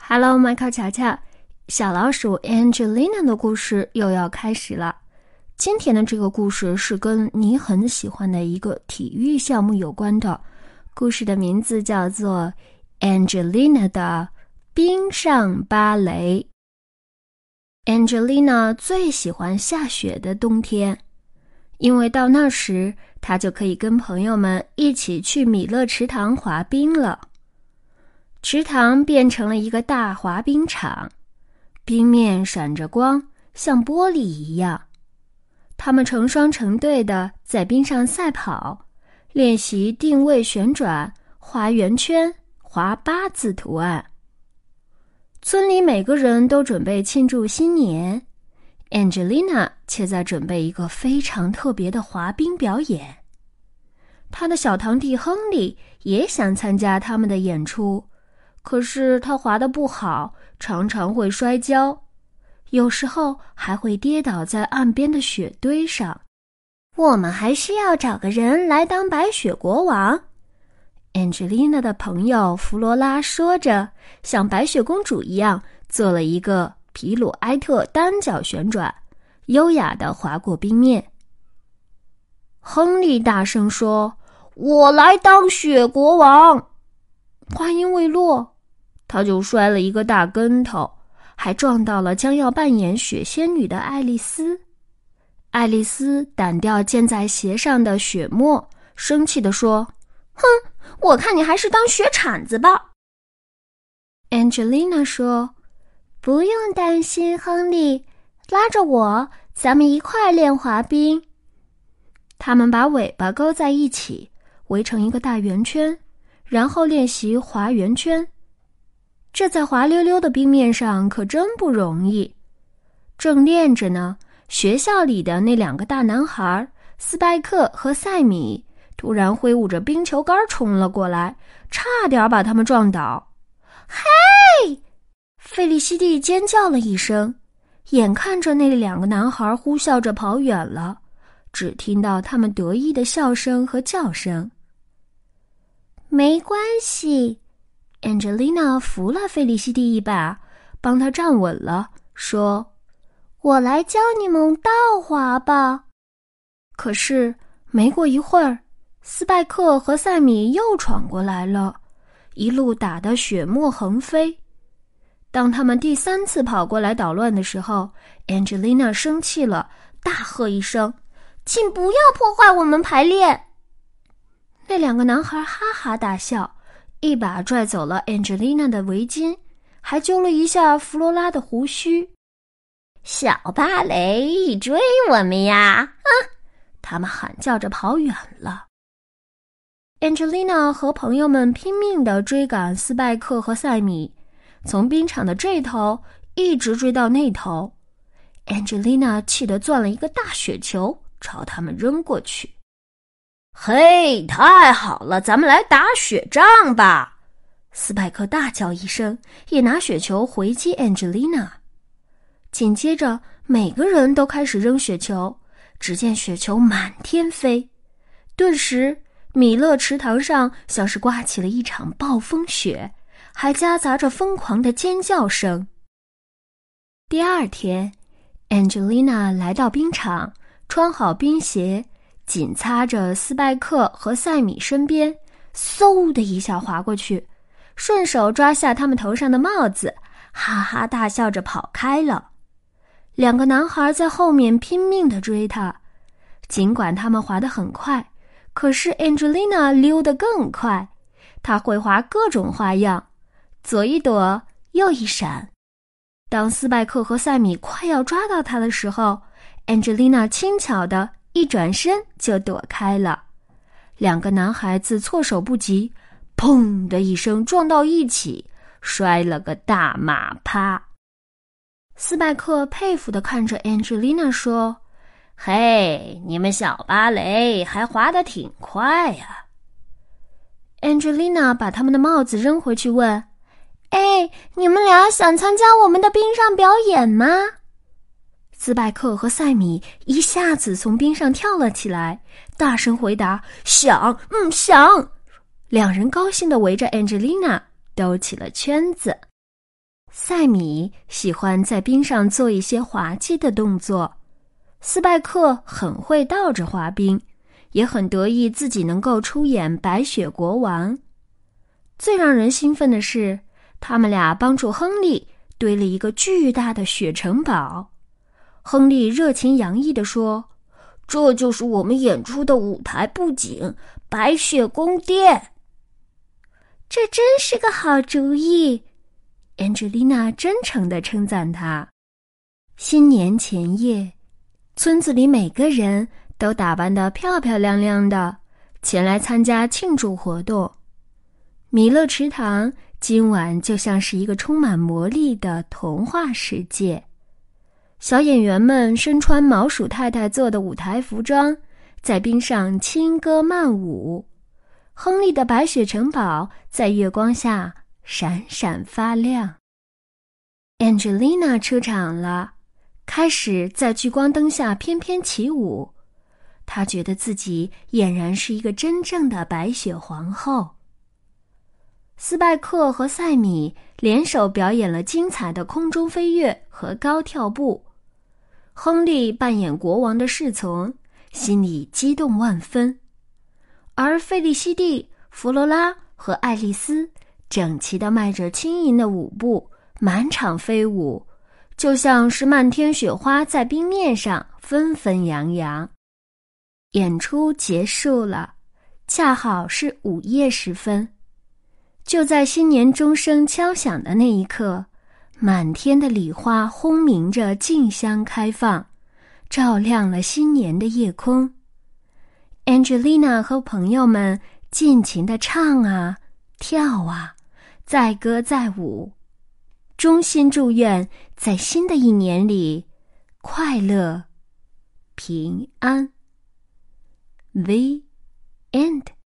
Hello， 麦克乔乔，小老鼠 Angelina 的故事又要开始了。今天的这个故事是跟你很喜欢的一个体育项目有关的，故事的名字叫做 Angelina 的冰上芭蕾。Angelina 最喜欢下雪的冬天，因为到那时她就可以跟朋友们一起去米勒池塘滑冰了。池塘变成了一个大滑冰场，冰面闪着光，像玻璃一样。他们成双成对的在冰上赛跑，练习定位旋转、画圆圈、画八字图案。村里每个人都准备庆祝新年， Angelina 却在准备一个非常特别的滑冰表演。他的小堂弟亨利也想参加他们的演出，可是他滑得不好，常常会摔跤，有时候还会跌倒在岸边的雪堆上。我们还是要找个人来当白雪国王， Angelina 的朋友弗罗拉说着，像白雪公主一样做了一个皮鲁埃特单脚旋转，优雅地滑过冰面。亨利大声说：我来当雪国王。话音未落，他就摔了一个大跟头，还撞到了将要扮演雪仙女的爱丽丝。爱丽丝掸掉溅在鞋上的雪沫，生气地说：哼，我看你还是当雪铲子吧。Angelina 说：不用担心，亨利，拉着我，咱们一块练滑冰。他们把尾巴勾在一起，围成一个大圆圈，然后练习滑圆圈。这在滑溜溜的冰面上可真不容易。正练着呢，学校里的那两个大男孩斯派克和塞米突然挥舞着冰球杆冲了过来，差点把他们撞倒。嘿！费利西蒂尖叫了一声，眼看着那两个男孩呼啸着跑远了，只听到他们得意的笑声和叫声。没关系，Angelina 扶了费利西蒂一把，帮他站稳了，说：我来教你们倒滑吧。可是没过一会儿，斯派克和塞米又闯过来了，一路打得血沫横飞。当他们第三次跑过来捣乱的时候， Angelina 生气了，大喝一声：请不要破坏我们排练。那两个男孩哈哈大笑，一把拽走了 Angelina 的围巾，还揪了一下弗罗拉的胡须。小芭蕾，追我们呀！他们喊叫着跑远了。Angelina 和朋友们拼命地追赶斯派克和塞米，从冰场的这头一直追到那头。Angelina 气得攥了一个大雪球，朝他们扔过去。嘿，太好了，咱们来打雪仗吧！斯派克大叫一声，也拿雪球回击 Angelina。紧接着，每个人都开始扔雪球，只见雪球满天飞。顿时，米勒池塘上像是刮起了一场暴风雪，还夹杂着疯狂的尖叫声。第二天， Angelina 来到冰场，穿好冰鞋，紧擦着斯派克和塞米身边，嗖的一下滑过去，顺手抓下他们头上的帽子，哈哈大笑着跑开了。两个男孩在后面拼命地追他，尽管他们滑得很快，可是 Angelina 溜得更快，她会滑各种花样，左一躲，右一闪。当斯派克和塞米快要抓到他的时候， Angelina 轻巧地一转身就躲开了。两个男孩子措手不及，砰的一声撞到一起，摔了个大马趴。斯派克佩服地看着 Angelina 说：嘿，你们小芭蕾还滑得挺快呀。Angelina 把他们的帽子扔回去问：哎，你们俩想参加我们的冰上表演吗？斯派克和塞米一下子从冰上跳了起来，大声回答：想，想。两人高兴地围着 Angelina 兜起了圈子。 塞米喜欢在冰上做一些滑稽的动作，斯派克很会倒着滑冰，也很得意自己能够出演白雪国王。最让人兴奋的是，他们俩帮助亨利堆了一个巨大的雪城堡。亨利热情洋溢地说，这就是我们演出的舞台布景，白雪宫殿。这真是个好主意，安吉丽娜真诚地称赞他。新年前夜，村子里每个人都打扮得漂漂亮亮的，前来参加庆祝活动。弥勒池塘今晚就像是一个充满魔力的童话世界。小演员们身穿毛鼠太太做的舞台服装，在冰上轻歌曼舞。亨利的白雪城堡在月光下闪闪发亮。Angelina 出场了，开始在聚光灯下翩翩起舞。她觉得自己俨然是一个真正的白雪皇后。斯派克和塞米联手表演了精彩的空中飞跃和高跳步。亨利扮演国王的侍从，心里激动万分。而费利西蒂、弗罗拉和爱丽丝整齐地迈着轻盈的舞步，满场飞舞，就像是漫天雪花在冰面上纷纷扬扬。演出结束了，恰好是午夜时分。就在新年钟声敲响的那一刻，满天的礼花轰鸣着竞相开放，照亮了新年的夜空。Angelina 和朋友们尽情地唱啊，跳啊，载歌载舞，衷心祝愿在新的一年里快乐平安。The end.